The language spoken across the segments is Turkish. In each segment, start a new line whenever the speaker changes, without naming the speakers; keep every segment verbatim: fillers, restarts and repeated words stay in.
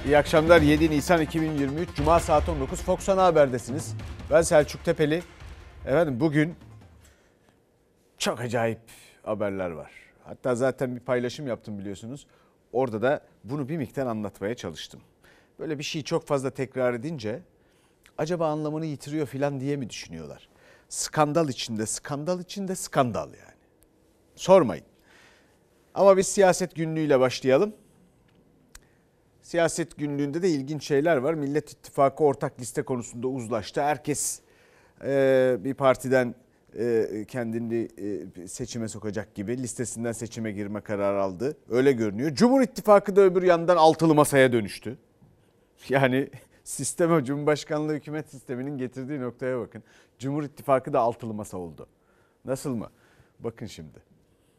İyi akşamlar. yedi Nisan iki bin yirmi üç Cuma saat on dokuz Fox Ana Haber'desiniz. Ben Selçuk Tepeli. Efendim bugün çok acayip haberler var. Hatta zaten bir paylaşım yaptım biliyorsunuz. Orada da bunu bir miktar anlatmaya çalıştım. Böyle bir şeyi çok fazla tekrar edince acaba anlamını yitiriyor falan diye mi düşünüyorlar? Skandal içinde, skandal içinde skandal yani. Sormayın. Ama biz siyaset günlüğüyle başlayalım. Siyaset günlüğünde de ilginç şeyler var. Millet İttifakı ortak liste konusunda uzlaştı. Herkes e, bir partiden e, kendini e, seçime sokacak gibi listesinden seçime girme kararı aldı. Öyle görünüyor. Cumhur İttifakı da öbür yandan altılı masaya dönüştü. Yani sisteme, Cumhurbaşkanlığı hükümet sisteminin getirdiği noktaya bakın. Cumhur İttifakı da altılı masa oldu. Nasıl mı? Bakın şimdi.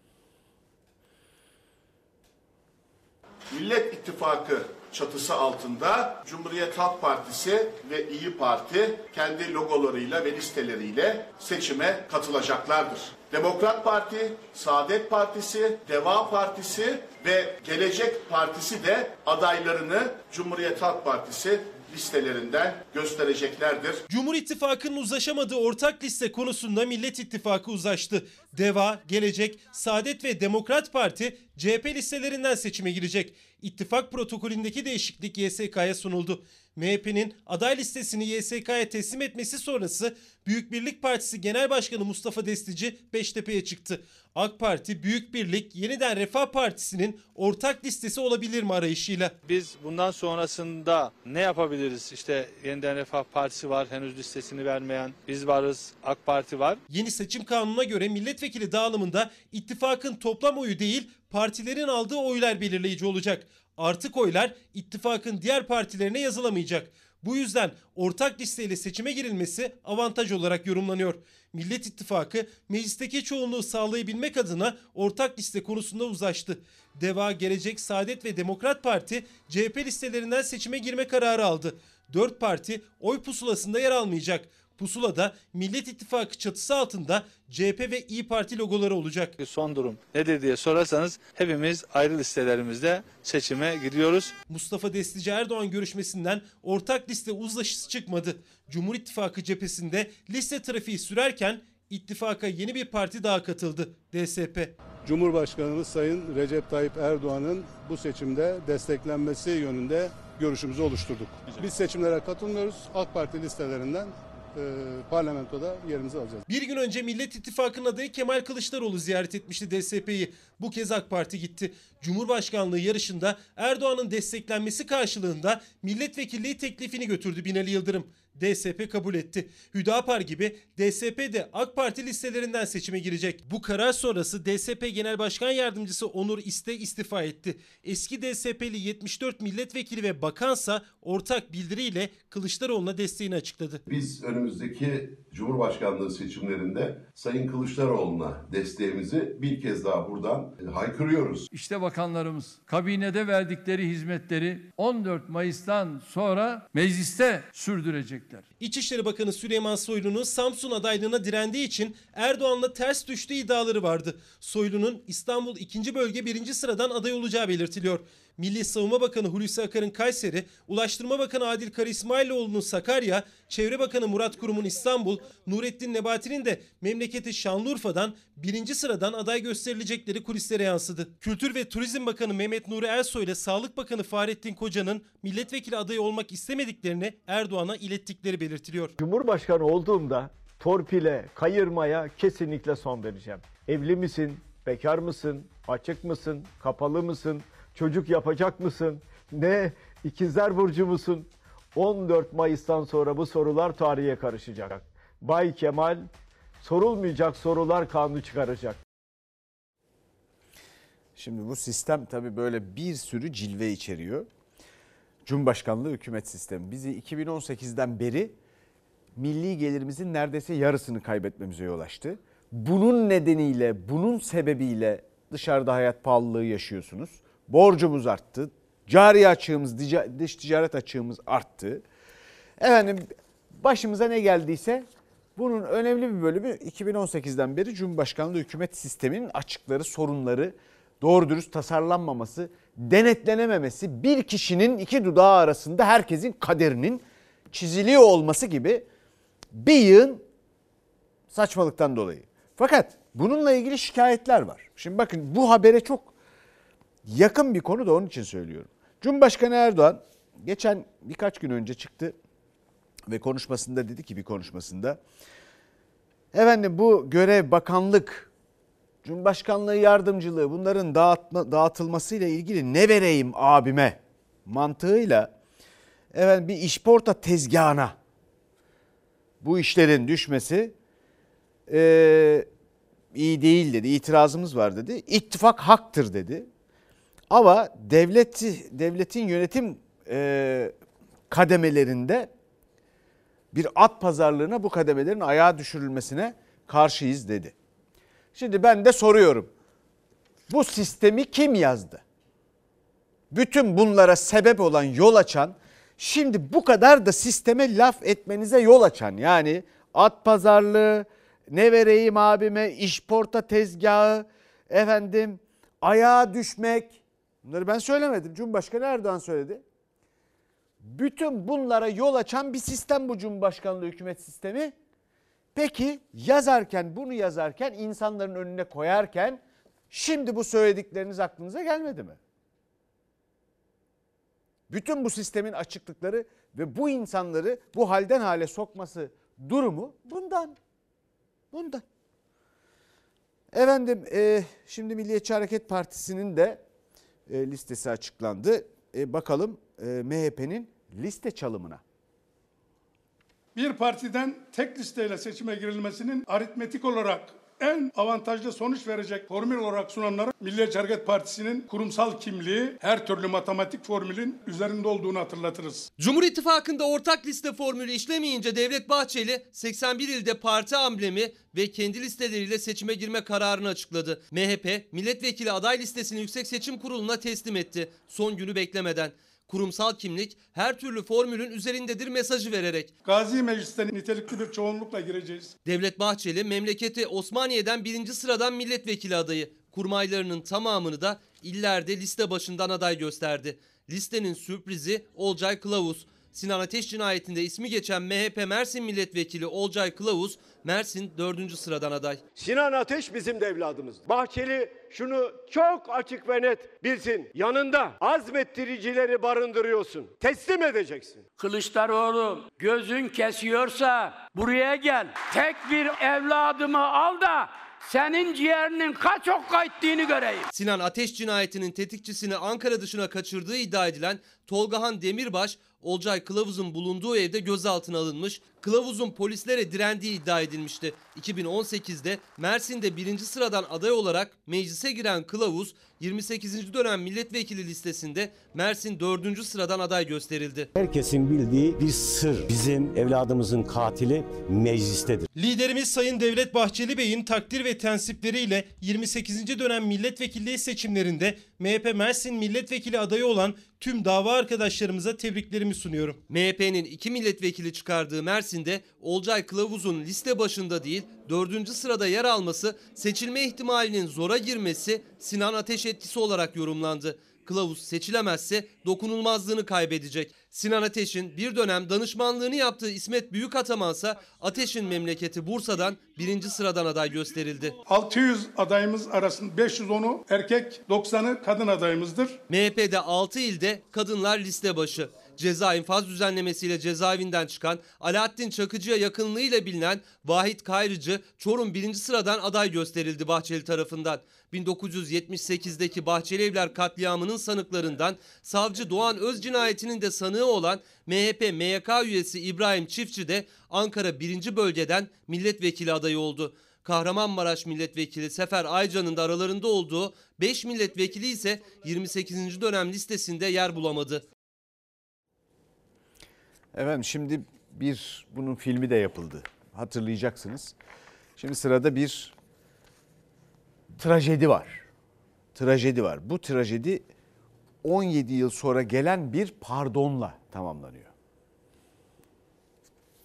Millet İttifakı çatısı altında Cumhuriyet Halk Partisi ve İyi Parti kendi logolarıyla ve listeleriyle seçime katılacaklardır. Demokrat Parti, Saadet Partisi, Deva Partisi ve Gelecek Partisi de adaylarını Cumhuriyet Halk Partisi listelerinden göstereceklerdir.
Cumhur İttifakı'nın uzlaşamadığı ortak liste konusunda Millet İttifakı uzlaştı. Deva, Gelecek, Saadet ve Demokrat Parti C H P listelerinden seçime girecek. İttifak protokolündeki değişiklik Y S K'ya sunuldu. M H P'nin aday listesini Y S K'ya teslim etmesi sonrası Büyük Birlik Partisi Genel Başkanı Mustafa Destici Beştepe'ye çıktı. AK Parti, Büyük Birlik, Yeniden Refah Partisi'nin ortak listesi olabilir mi arayışıyla?
Biz bundan sonrasında ne yapabiliriz? İşte Yeniden Refah Partisi var, henüz listesini vermeyen. Biz varız, AK Parti var.
Yeni seçim kanununa göre milletvekili dağılımında ittifakın toplam oyu değil, partilerin aldığı oylar belirleyici olacak. Artık oylar ittifakın diğer partilerine yazılamayacak. Bu yüzden ortak listeyle seçime girilmesi avantaj olarak yorumlanıyor. Millet İttifakı meclisteki çoğunluğu sağlayabilmek adına ortak liste konusunda uzlaştı. Deva, Gelecek, Saadet ve Demokrat Parti C H P listelerinden seçime girme kararı aldı. Dört parti oy pusulasında yer almayacak. Pusulada Millet İttifakı çatısı altında C H P ve İyi Parti logoları olacak.
Son durum nedir diye sorarsanız hepimiz ayrı listelerimizde seçime giriyoruz.
Mustafa Destici Erdoğan görüşmesinden ortak liste uzlaşısı çıkmadı. Cumhur İttifakı cephesinde liste trafiği sürerken ittifaka yeni bir parti daha katıldı, D S P.
Cumhurbaşkanımız Sayın Recep Tayyip Erdoğan'ın bu seçimde desteklenmesi yönünde görüşümüzü oluşturduk. Biz seçimlere katılmıyoruz. AK Parti listelerinden E, parlamentoda yerimizi alacağız.
Bir gün önce Millet İttifakı'nın adayı Kemal Kılıçdaroğlu ziyaret etmişti D S P'yi. Bu kez AK Parti gitti. Cumhurbaşkanlığı yarışında Erdoğan'ın desteklenmesi karşılığında milletvekilliği teklifini götürdü Binali Yıldırım. D S P kabul etti. Hüdapar gibi D S P de AK Parti listelerinden seçime girecek. Bu karar sonrası D S P Genel Başkan Yardımcısı Onur İste istifa etti. Eski D S P'li yetmiş dört milletvekili ve bakansa ortak bildiriyle Kılıçdaroğlu'na desteğini açıkladı.
Biz önümüzdeki Cumhurbaşkanlığı seçimlerinde Sayın Kılıçdaroğlu'na desteğimizi bir kez daha buradan haykırıyoruz.
İşte bakanlarımız kabinede verdikleri hizmetleri on dört Mayıs'tan sonra mecliste sürdürecek.
İçişleri Bakanı Süleyman Soylu'nun Samsun adaylığına direndiği için Erdoğan'la ters düştüğü iddiaları vardı. Soylu'nun İstanbul ikinci Bölge birinci sıradan aday olacağı belirtiliyor. Milli Savunma Bakanı Hulusi Akar'ın Kayseri, Ulaştırma Bakanı Adil Kara İsmailoğlu'nun Sakarya, Çevre Bakanı Murat Kurum'un İstanbul, Nurettin Nebati'nin de memleketi Şanlıurfa'dan birinci sıradan aday gösterilecekleri kulislere yansıdı. Kültür ve Turizm Bakanı Mehmet Nuri Ersoy ile Sağlık Bakanı Fahrettin Koca'nın milletvekili adayı olmak istemediklerini Erdoğan'a ilettikleri belirtiliyor.
Cumhurbaşkanı olduğumda torpile, kayırmaya kesinlikle son vereceğim. Evli misin? Bekar mısın? Açık mısın? Kapalı mısın? Çocuk yapacak mısın? Ne? İkizler burcu musun? on dört Mayıs'tan sonra bu sorular tarihe karışacak. Bay Kemal sorulmayacak sorular kanunu çıkaracak.
Şimdi bu sistem tabii böyle bir sürü cilve içeriyor. Cumhurbaşkanlığı hükümet sistemi. Bizi iki bin on sekizden beri milli gelirimizin neredeyse yarısını kaybetmemize yol açtı. Bunun nedeniyle, bunun sebebiyle dışarıda hayat pahalılığı yaşıyorsunuz. Borcumuz arttı. Cari açığımız, dış ticaret açığımız arttı. Efendim başımıza ne geldiyse bunun önemli bir bölümü iki bin on sekizden beri Cumhurbaşkanlığı hükümet sisteminin açıkları, sorunları doğru dürüst tasarlanmaması, denetlenememesi, bir kişinin iki dudağı arasında herkesin kaderinin çiziliyor olması gibi bir yığın saçmalıktan dolayı. Fakat bununla ilgili şikayetler var. Şimdi bakın, bu habere çok yakın bir konu da onun için söylüyorum. Cumhurbaşkanı Erdoğan geçen birkaç gün önce çıktı ve konuşmasında dedi ki, bir konuşmasında, efendim bu görev, bakanlık, Cumhurbaşkanlığı yardımcılığı, bunların dağıtma, dağıtılmasıyla ilgili ne vereyim abime mantığıyla efendim bir işporta tezgahına bu işlerin düşmesi e, iyi değil dedi. İtirazımız var dedi. İttifak haktır dedi. Ama devleti, devletin yönetim e, kademelerinde bir at pazarlığına, bu kademelerin ayağa düşürülmesine karşıyız dedi. Şimdi ben de soruyorum. Bu sistemi kim yazdı? Bütün bunlara sebep olan, yol açan, şimdi bu kadar da sisteme laf etmenize yol açan, yani at pazarlığı, ne vereyim abime, işporta tezgahı, efendim ayağa düşmek, bunları ben söylemedim. Cumhurbaşkanı Erdoğan söyledi. Bütün bunlara yol açan bir sistem bu Cumhurbaşkanlığı hükümet sistemi. Peki yazarken, bunu yazarken, insanların önüne koyarken şimdi bu söyledikleriniz aklınıza gelmedi mi? Bütün bu sistemin açıklıkları ve bu insanları bu halden hale sokması durumu bundan. Bundan. Efendim e, şimdi Milliyetçi Hareket Partisi'nin de e, listesi açıklandı. E, bakalım e, M H P'nin liste çalımına.
Bir partiden tek listeyle seçime girilmesinin aritmetik olarak en avantajlı sonuç verecek formül olarak sunanlara Milliyetçi Hareket Partisi'nin kurumsal kimliği her türlü matematik formülün üzerinde olduğunu hatırlatırız.
Cumhur İttifakı'nda ortak liste formülü işlemeyince Devlet Bahçeli seksen bir ilde parti amblemi ve kendi listeleriyle seçime girme kararını açıkladı. M H P milletvekili aday listesini Yüksek Seçim Kurulu'na teslim etti son günü beklemeden. Kurumsal kimlik her türlü formülün üzerindedir mesajı vererek.
Gazi Meclis'ten nitelikli bir çoğunlukla gireceğiz.
Devlet Bahçeli memleketi Osmaniye'den birinci sıradan milletvekili adayı. Kurmaylarının tamamını da illerde liste başından aday gösterdi. Listenin sürprizi Olcay Kılavuz. Sinan Ateş cinayetinde ismi geçen M H P Mersin Milletvekili Olcay Kılavuz, Mersin dördüncü sıradan aday.
Sinan Ateş bizim de evladımız. Bahçeli şunu çok açık ve net bilsin. Yanında azmettiricileri barındırıyorsun. Teslim edeceksin.
Kılıçdaroğlu gözün kesiyorsa buraya gel. Tek bir evladımı al da senin ciğerinin kaç okka ettiğini göreyim.
Sinan Ateş cinayetinin tetikçisini Ankara dışına kaçırdığı iddia edilen Tolgahan Demirbaş, Olcay Kılavuz'un bulunduğu evde gözaltına alınmış. Kılavuz'un polislere direndiği iddia edilmişti. iki bin on sekizde Mersin'de birinci sıradan aday olarak meclise giren Kılavuz, yirmi sekizinci dönem milletvekili listesinde Mersin dördüncü sıradan aday gösterildi.
Herkesin bildiği bir sır. Bizim evladımızın katili meclistedir.
Liderimiz Sayın Devlet Bahçeli Bey'in takdir ve tensipleriyle yirmi sekizinci dönem milletvekilliği seçimlerinde M H P Mersin milletvekili adayı olan tüm dava arkadaşlarımıza tebriklerimi sunuyorum.
M H P'nin iki milletvekili çıkardığı Mersin'de Olcay Kılavuz'un liste başında değil dördüncü sırada yer alması, seçilme ihtimalinin zora girmesi Sinan Ateş etkisi olarak yorumlandı. Kılavuz seçilemezse dokunulmazlığını kaybedecek. Sinan Ateş'in bir dönem danışmanlığını yaptığı İsmet Büyükatamansa Ateş'in memleketi Bursa'dan birinci sıradan aday gösterildi.
altı yüz adayımız arasında beş yüz onu erkek, doksanı kadın adayımızdır.
M H P'de altı ilde kadınlar liste başı. Ceza infaz düzenlemesiyle cezaevinden çıkan, Alaaddin Çakıcı'ya yakınlığıyla bilinen Vahit Kayrıcı Çorum birinci sıradan aday gösterildi Bahçeli tarafından. bin dokuz yüz yetmiş sekizdeki Bahçelievler katliamının sanıklarından savcı Doğan Öz cinayetinin de sanığı olan M H P M Y K üyesi İbrahim Çiftçi de Ankara birinci bölgeden milletvekili adayı oldu. Kahramanmaraş milletvekili Sefer Aycan'ın da aralarında olduğu beş milletvekili ise yirmi sekizinci dönem listesinde yer bulamadı.
Efendim şimdi bir bunun filmi de yapıldı. Hatırlayacaksınız. Şimdi sırada bir trajedi var. Trajedi var. Bu trajedi on yedi yıl sonra gelen bir pardonla tamamlanıyor.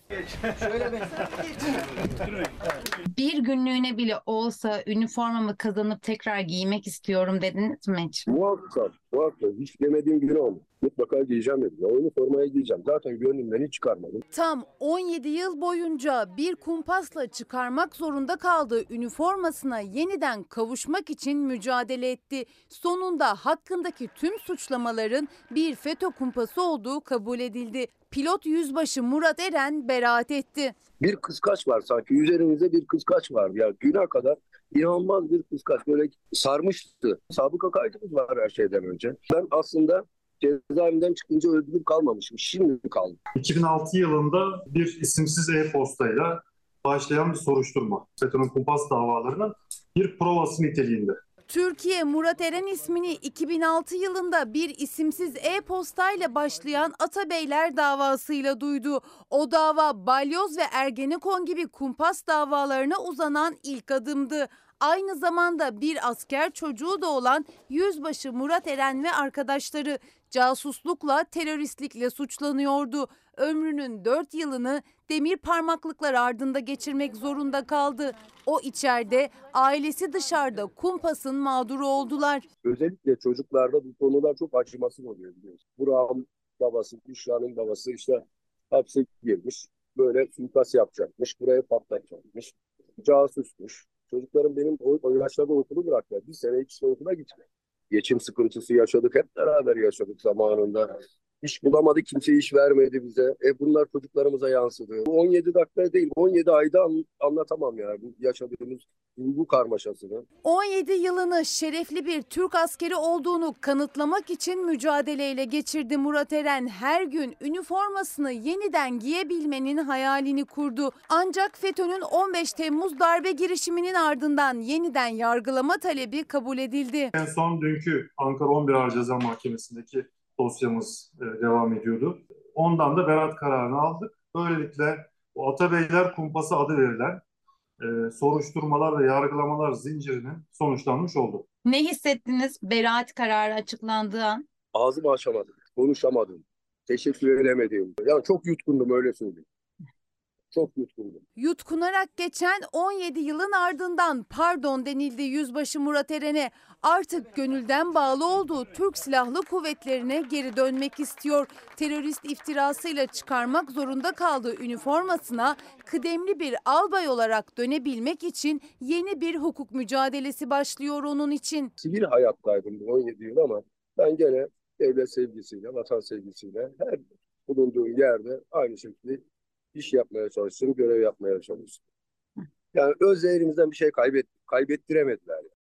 Bir günlüğüne bile olsa üniformamı kazanıp tekrar giymek istiyorum dediniz mi hiç?
Muhakkak, muhakkak. Hiç demediğim gün oldu. Mutlaka giyeceğim dedim. Ya, üniformaya giyeceğim. Zaten gönlümden hiç çıkarmadım.
Tam on yedi yıl boyunca bir kumpasla çıkarmak zorunda kaldığı üniformasına yeniden kavuşmak için mücadele etti. Sonunda hakkındaki tüm suçlamaların bir FETÖ kumpası olduğu kabul edildi. Pilot Yüzbaşı Murat Eren beraat etti.
Bir kıskaç var sanki. Üzerimizde bir kıskaç var. Ya güne kadar inanılmaz bir kıskaç. Böyle sarmıştı. Sabıka kaydımız var her şeyden önce. Ben aslında cezaevinden çıkınca özgür kalmamışım. Şimdi kaldım.
iki bin altı yılında bir isimsiz e-postayla başlayan bir soruşturma. FETÖ'nün kumpas davalarının bir provası niteliğinde.
Türkiye Murat Eren ismini iki bin altı yılında bir isimsiz e-postayla başlayan Atabeyler davasıyla duydu. O dava Balyoz ve Ergenekon gibi kumpas davalarına uzanan ilk adımdı. Aynı zamanda bir asker çocuğu da olan Yüzbaşı Murat Eren ve arkadaşları casuslukla, teröristlikle suçlanıyordu. Ömrünün dört yılını demir parmaklıklar ardında geçirmek zorunda kaldı. O içeride, ailesi dışarıda kumpasın mağduru oldular.
Özellikle çocuklarda bu konular çok acımasız oluyor biliyorsun. Burak'ın babası, Büşra'nın babası işte hapse girmiş. Böyle suikast yapacakmış, burayı patlatacakmış. Casusmuş. Çocuklarım benim o, o yaşlarda okulu bıraktılar. Bir sene iki sene okula gitmek. Geçim sıkıntısı yaşadık. Hep beraber yaşadık zamanında. İş bulamadı, kimse iş vermedi bize. E bunlar çocuklarımıza yansıdı. Bu on yedi dakika değil, on yedi ayda an, anlatamam ya bu yaşadığımız bu karmaşasını.
on yedi yılını şerefli bir Türk askeri olduğunu kanıtlamak için mücadeleyle geçirdi Murat Eren. Her gün üniformasını yeniden giyebilmenin hayalini kurdu. Ancak FETÖ'nün on beş Temmuz darbe girişiminin ardından yeniden yargılama talebi kabul edildi.
En son dünkü Ankara on bir Ağır Ceza Mahkemesi'ndeki dosyamız e, devam ediyordu. Ondan da beraat kararını aldık. Böylelikle o Atabeyler Kumpası adı verilen e, soruşturmalar ve yargılamalar zincirinin sonuçlanmış oldu.
Ne hissettiniz beraat kararı açıklandığı an?
Ağzımı açamadım, konuşamadım, teşekkür edemedim. Yani çok yutkundum öyle söyleyeyim. Çok yutkundum.
Yutkunarak geçen on yedi yılın ardından pardon denildi Yüzbaşı Murat Eren'e. Artık gönülden bağlı olduğu Türk Silahlı Kuvvetleri'ne geri dönmek istiyor. Terörist iftirasıyla çıkarmak zorunda kaldığı üniformasına kıdemli bir albay olarak dönebilmek için yeni bir hukuk mücadelesi başlıyor onun için.
Sivil hayattaydım bu on yedi yıl ama ben gene devlet sevgisiyle, vatan sevgisiyle her bulunduğum yerde aynı şekilde iş yapmaya çalıştım, görev yapmaya çalıştım. Yani öz değerimizden bir şey kaybet, kaybettiremediler.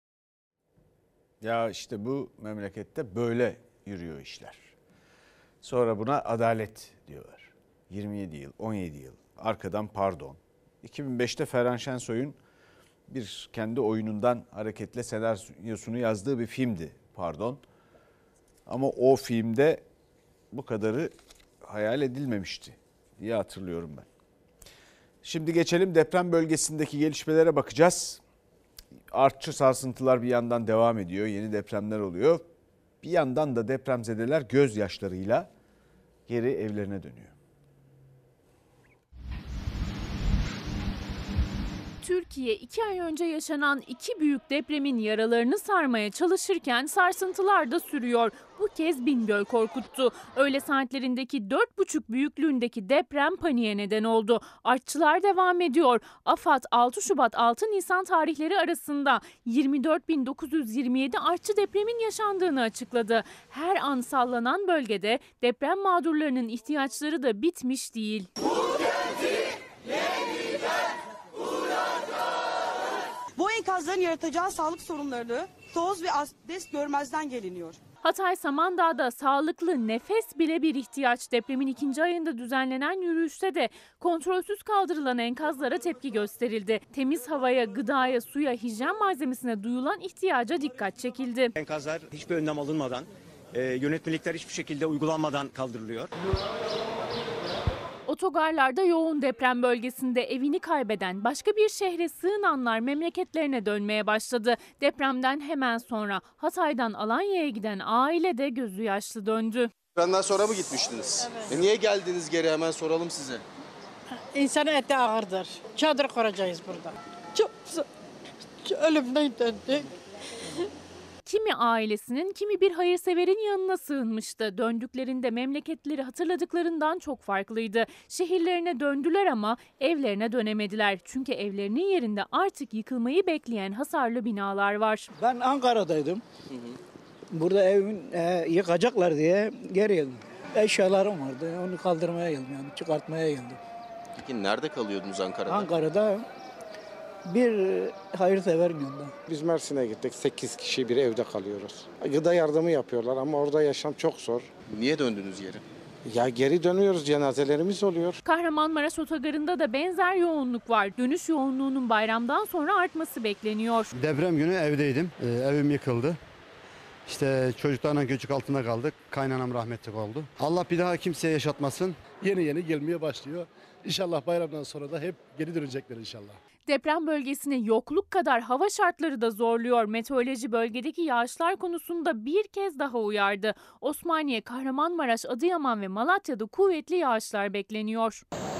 Ya işte bu memlekette böyle yürüyor işler. Sonra buna adalet diyorlar. yirmi yedi yıl, on yedi yıl. Arkadan pardon. iki bin beşte Ferhan Şensoy'un bir kendi oyunundan hareketle senaryosunu yazdığı bir filmdi Pardon. Ama o filmde bu kadarı hayal edilmemişti diye hatırlıyorum ben. Şimdi geçelim deprem bölgesindeki gelişmelere bakacağız. Artçı sarsıntılar bir yandan devam ediyor. Yeni depremler oluyor. Bir yandan da depremzedeler gözyaşlarıyla geri evlerine dönüyor.
Türkiye iki ay önce yaşanan iki büyük depremin yaralarını sarmaya çalışırken sarsıntılar da sürüyor. Bu kez Bingöl korkuttu. Öğle saatlerindeki dört buçuk büyüklüğündeki deprem paniğe neden oldu. Artçılar devam ediyor. AFAD altı Şubat altı Nisan tarihleri arasında yirmi dört bin dokuz yüz yirmi yedi artçı depremin yaşandığını açıkladı. Her an sallanan bölgede deprem mağdurlarının ihtiyaçları da bitmiş değil.
Bu enkazların yaratacağı sağlık sorunlarını toz ve asbest görmezden geliniyor.
Hatay Samandağ'da sağlıklı nefes bile bir ihtiyaç. Depremin ikinci ayında düzenlenen yürüyüşte de kontrolsüz kaldırılan enkazlara tepki gösterildi. Temiz havaya, gıdaya, suya, hijyen malzemesine duyulan ihtiyaca dikkat çekildi.
Enkazlar hiçbir önlem alınmadan, e, yönetmelikler hiçbir şekilde uygulanmadan kaldırılıyor.
Otogarlarda yoğun deprem bölgesinde evini kaybeden, başka bir şehre sığınanlar memleketlerine dönmeye başladı. Depremden hemen sonra Hatay'dan Alanya'ya giden aile de gözü yaşlı döndü.
Benden sonra mı gitmiştiniz? Evet. E niye geldiniz geri, hemen soralım size. İnsanın eti ağırdır. Çadır kuracağız burada. Çok, çok ölümden döndük.
Kimi ailesinin, kimi bir hayırseverin yanına sığınmıştı. Döndüklerinde memleketleri hatırladıklarından çok farklıydı. Şehirlerine döndüler ama evlerine dönemediler. Çünkü evlerinin yerinde artık yıkılmayı bekleyen hasarlı binalar var.
Ben Ankara'daydım. Burada evin e, yıkacaklar diye geri geldim. Eşyalarım vardı. Onu kaldırmaya geldim, yani çıkartmaya geldim.
Peki nerede kalıyordunuz Ankara'da?
Ankara'da bir hayırseverin yanında.
Biz Mersin'e gittik. sekiz kişi bir evde kalıyoruz. Gıda yardımı yapıyorlar ama orada yaşam çok zor.
Niye döndünüz geri?
Ya geri dönüyoruz, cenazelerimiz oluyor.
Kahramanmaraş otogarında da benzer yoğunluk var. Dönüş yoğunluğunun bayramdan sonra artması bekleniyor.
Deprem günü evdeydim. Ee, evim yıkıldı. İşte çocuklarla göçük altında kaldık. Kaynanam rahmetli oldu. Allah bir daha kimseye yaşatmasın.
Yeni yeni gelmeye başlıyor. İnşallah bayramdan sonra da hep geri dönecekler inşallah.
Deprem bölgesini yokluk kadar hava şartları da zorluyor. Meteoroloji bölgedeki yağışlar konusunda bir kez daha uyardı. Osmaniye, Kahramanmaraş, Adıyaman ve Malatya'da kuvvetli yağışlar bekleniyor.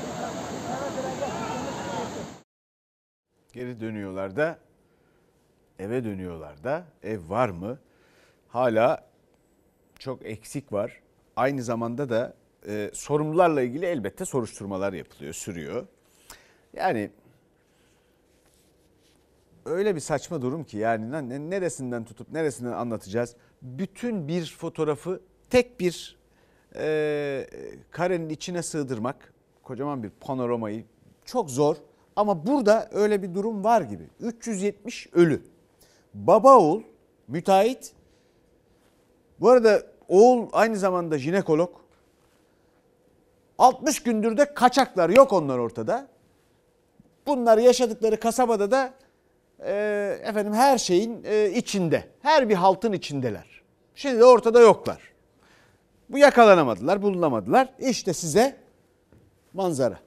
Geri dönüyorlar da, eve dönüyorlar da, ev var mı? Hala çok eksik var. Aynı zamanda da e, sorumlularla ilgili elbette soruşturmalar yapılıyor, sürüyor. Yani öyle bir saçma durum ki yani neresinden tutup neresinden anlatacağız? Bütün bir fotoğrafı tek bir e, karenin içine sığdırmak, kocaman bir panoramayı çok zor. Ama burada öyle bir durum var gibi. üç yüz yetmiş ölü. Baba oğul, müteahhit. Bu arada oğul aynı zamanda jinekolog. altmış gündür de kaçaklar, yok onlar ortada. Bunlar yaşadıkları kasabada da e, efendim her şeyin e, içinde. Her bir haltın içindeler. Şimdi de ortada yoklar. Bu yakalanamadılar, bulunamadılar. İşte size manzara.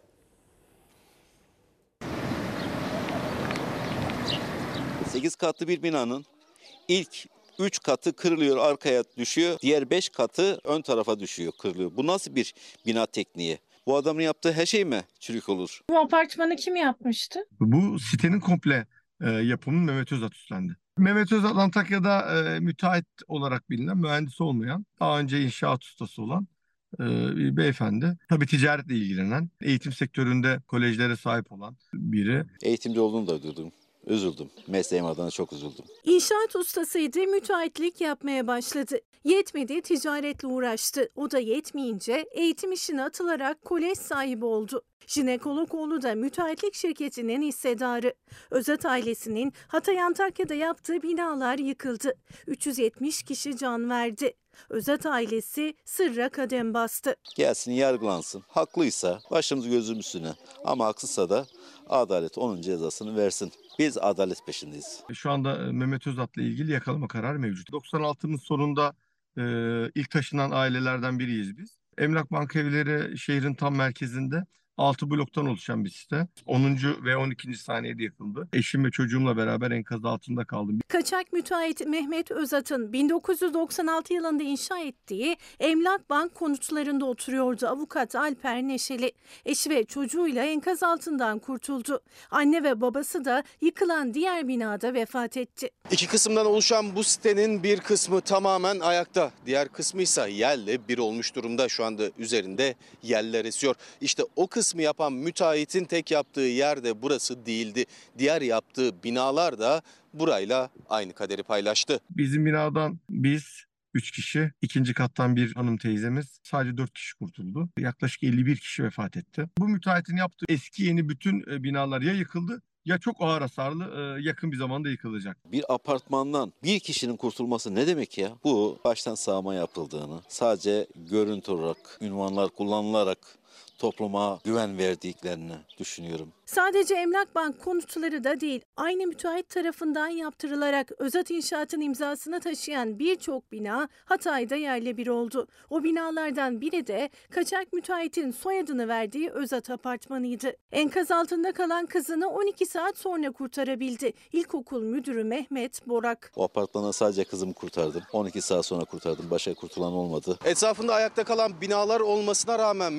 sekiz katlı bir binanın ilk üç katı kırılıyor, arkaya düşüyor. Diğer beş katı ön tarafa düşüyor, kırılıyor. Bu nasıl bir bina tekniği? Bu adamın yaptığı her şey mi çürük olur?
Bu apartmanı kim yapmıştı?
Bu sitenin komple e, yapımını Mehmet Özat üstlendi. Mehmet Özat Antakya'da e, müteahhit olarak bilinen, mühendis olmayan, daha önce inşaat ustası olan e, bir beyefendi. Tabii ticaretle ilgilenen, eğitim sektöründe kolejlere sahip olan biri.
Eğitimci olduğunu da duydum. Üzüldüm. Mesleğim adına çok üzüldüm.
İnşaat ustasıydı, müteahhitlik yapmaya başladı. Yetmedi, ticaretle uğraştı. O da yetmeyince eğitim işine atılarak kolej sahibi oldu. Jinekolog oğlu da müteahhitlik şirketinin hissedarı. Özat ailesinin Hatay Antakya'da yaptığı binalar yıkıldı. üç yüz yetmiş kişi can verdi. Özat ailesi sırra kadem bastı.
Gelsin, yargılansın. Haklıysa başımız gözümüz üstüne, ama haksızsa da adalet onun cezasını versin. Biz adalet peşindeyiz.
Şu anda Mehmet Özat'la ilgili yakalama kararı mevcut. doksan altının sonunda e, ilk taşınan ailelerden biriyiz biz. Emlak Banka Evleri şehrin tam merkezinde altı bloktan oluşan bir site. onuncu ve on ikinci saniyede yakıldı. Eşim ve çocuğumla beraber enkaz altında kaldım.
Kaçak müteahhit Mehmet Özat'ın bin dokuz yüz doksan altı yılında inşa ettiği Emlak Bank konutlarında oturuyordu avukat Alper Neşeli. Eşi ve çocuğuyla enkaz altından kurtuldu. Anne ve babası da yıkılan diğer binada vefat etti.
İki kısımdan oluşan bu sitenin bir kısmı tamamen ayakta. Diğer kısmı ise yerle bir olmuş durumda. Şu anda üzerinde yeller esiyor. İşte o kısmı yapan müteahhitin tek yaptığı yer de burası değildi. Diğer yaptığı binalar da burayla aynı kaderi paylaştı.
Bizim binadan biz üç kişi, ikinci kattan bir hanım teyzemiz, sadece dört kişi kurtuldu. Yaklaşık elli bir kişi vefat etti. Bu müteahhitin yaptığı eski yeni bütün binalar ya yıkıldı ya çok ağır hasarlı yakın bir zamanda yıkılacak.
Bir apartmandan bir kişinin kurtulması ne demek ya? Bu baştan sağma yapıldığını, sadece görüntü olarak, ünvanlar kullanılarak topluma güven verdiklerini düşünüyorum.
Sadece Emlak Bank konutları da değil, aynı müteahhit tarafından yaptırılarak Özat İnşaat'ın imzasını taşıyan birçok bina Hatay'da yerle bir oldu. O binalardan biri de kaçak müteahhitin soyadını verdiği Özat Apartmanı'ydı. Enkaz altında kalan kızını on iki saat sonra kurtarabildi. İlkokul müdürü Mehmet Borak.
O apartmana sadece kızımı kurtardım. on iki saat sonra kurtardım. Başka kurtulan olmadı. Etrafında ayakta kalan binalar olmasına rağmen müteahhiti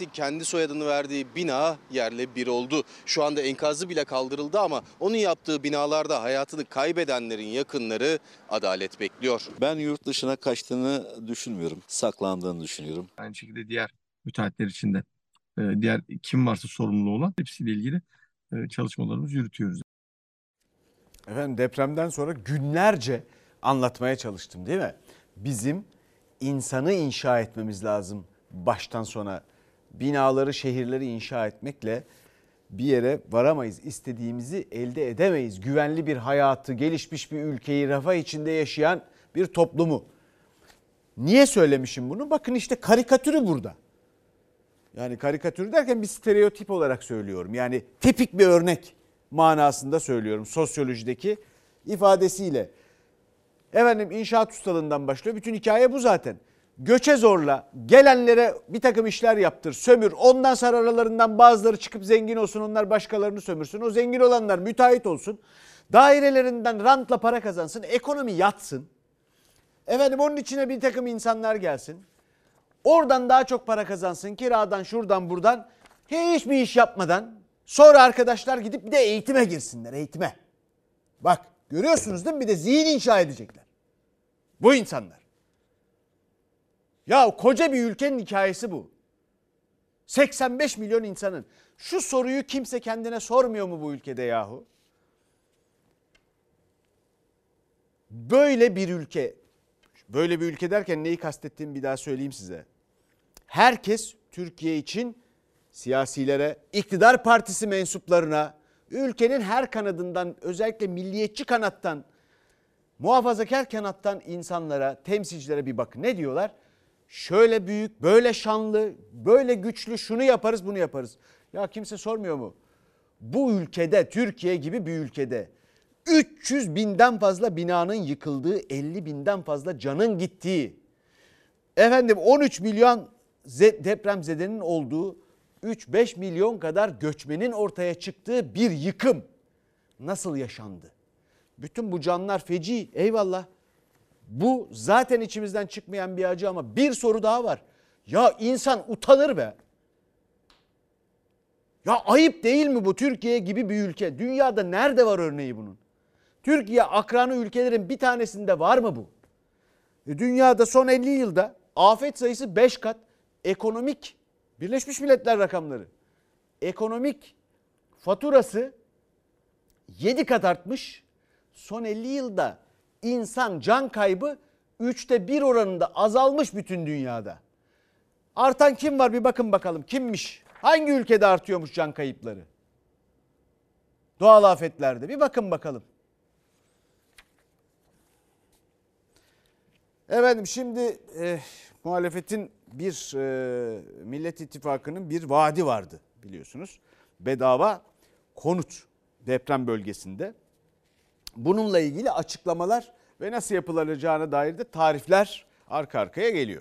muhalefetin kendi soyadını verdiği bina yerle bir oldu. Şu anda enkazı bile kaldırıldı ama onun yaptığı binalarda hayatını kaybedenlerin yakınları adalet bekliyor.
Ben yurt dışına kaçtığını düşünmüyorum. Saklandığını düşünüyorum.
Aynı şekilde diğer müteahhitler için de diğer kim varsa sorumlu olan hepsiyle ilgili çalışmalarımızı yürütüyoruz.
Efendim depremden sonra günlerce anlatmaya çalıştım değil mi? Bizim insanı inşa etmemiz lazım baştan sona. Binaları, şehirleri inşa etmekle bir yere varamayız. İstediğimizi elde edemeyiz. Güvenli bir hayatı, gelişmiş bir ülkeyi, refah içinde yaşayan bir toplumu. Niye söylemişim bunu? Bakın işte karikatürü burada. Yani karikatür derken bir stereotip olarak söylüyorum. Yani tipik bir örnek manasında söylüyorum sosyolojideki ifadesiyle. Efendim inşaat ustalığından başlıyor. Bütün hikaye bu zaten. Göçe zorla, gelenlere bir takım işler yaptır, sömür. Ondan sonra aralarından bazıları çıkıp zengin olsun, onlar başkalarını sömürsün. O zengin olanlar müteahhit olsun. Dairelerinden rantla para kazansın, ekonomi yatsın. Efendim onun içine bir takım insanlar gelsin. Oradan daha çok para kazansın, kiradan şuradan buradan. Hiçbir iş yapmadan sonra arkadaşlar gidip bir de eğitime girsinler, eğitime. Bak görüyorsunuz değil mi? Bir de zihin inşa edecekler. Bu insanlar. Ya koca bir ülkenin hikayesi bu. seksen beş milyon insanın. Şu soruyu kimse kendine sormuyor mu bu ülkede yahu? Böyle bir ülke, böyle bir ülke derken neyi kastettiğimi bir daha söyleyeyim size. Herkes Türkiye için siyasilere, iktidar partisi mensuplarına, ülkenin her kanadından, özellikle milliyetçi kanattan, muhafazakar kanattan insanlara, temsilcilere bir bakın. Ne diyorlar? Şöyle büyük, böyle şanlı, böyle güçlü, şunu yaparız, bunu yaparız. Ya kimse sormuyor mu? Bu ülkede, Türkiye gibi bir ülkede üç yüz binden fazla binanın yıkıldığı, elli binden fazla canın gittiği, efendim on üç milyon depremzedenin olduğu, üç beş milyon kadar göçmenin ortaya çıktığı bir yıkım nasıl yaşandı? Bütün bu canlar feci, eyvallah. Bu zaten içimizden çıkmayan bir acı ama bir soru daha var. Ya insan utanır be. Ya ayıp değil mi bu Türkiye gibi bir ülke? Dünyada nerede var örneği bunun? Türkiye akranı ülkelerin bir tanesinde var mı bu? Dünyada son elli yılda afet sayısı beş kat, ekonomik, Birleşmiş Milletler rakamları, ekonomik faturası yedi kat artmış. Son elli yılda insan can kaybı üçte bir oranında azalmış bütün dünyada. Artan kim var bir bakın bakalım kimmiş? Hangi ülkede artıyormuş can kayıpları? Doğal afetlerde bir bakın bakalım. Efendim şimdi e, muhalefetin bir e, Millet İttifakı'nın bir vaadi vardı biliyorsunuz. Bedava konut deprem bölgesinde. Bununla ilgili açıklamalar ve nasıl yapılacağına dair de tarifler arka arkaya geliyor.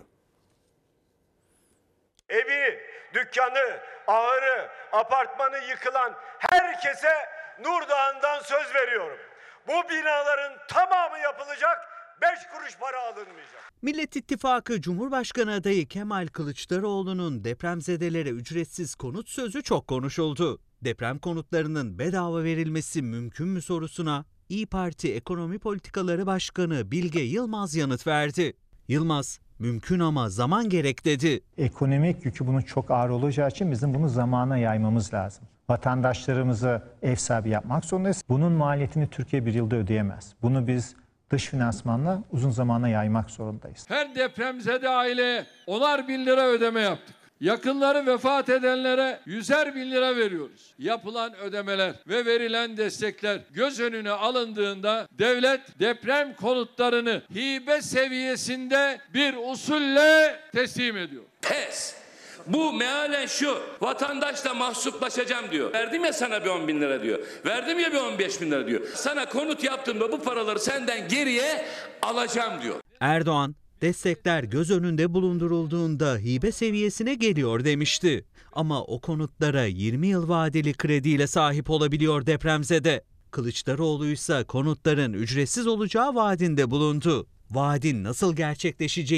Evi, dükkanı, ahırı, apartmanı yıkılan herkese Nurdağ'ından söz veriyorum. Bu binaların tamamı yapılacak, beş kuruş para alınmayacak.
Millet İttifakı Cumhurbaşkanı adayı Kemal Kılıçdaroğlu'nun depremzedelere ücretsiz konut sözü çok konuşuldu. Deprem konutlarının bedava verilmesi mümkün mü sorusuna İYİ Parti Ekonomi Politikaları Başkanı Bilge Yılmaz yanıt verdi. Yılmaz, mümkün ama zaman gerek dedi.
Ekonomik yükü bunun çok ağır olacağı için bizim bunu zamana yaymamız lazım. Vatandaşlarımızı ev sahibi yapmak zorundayız. Bunun maliyetini Türkiye bir yılda ödeyemez. Bunu biz dış finansmanla uzun zamana yaymak zorundayız.
Her depremzede aileye onar bin lira ödeme yaptık. Yakınları vefat edenlere yüzer bin lira veriyoruz. Yapılan ödemeler ve verilen destekler göz önüne alındığında devlet deprem konutlarını hibe seviyesinde bir usulle teslim ediyor.
Pes. Bu mealen şu, vatandaşla mahsuplaşacağım diyor. Verdim ya sana bir on bin lira diyor. Verdim ya bir on beş bin lira diyor. Sana konut yaptığımda bu paraları senden geriye alacağım diyor.
Erdoğan, destekler göz önünde bulundurulduğunda hibe seviyesine geliyor demişti. Ama o konutlara yirmi yıl vadeli krediyle sahip olabiliyor depremzede. Kılıçdaroğlu ise konutların ücretsiz olacağı vaadinde bulundu. Vaadin nasıl gerçekleşeceğini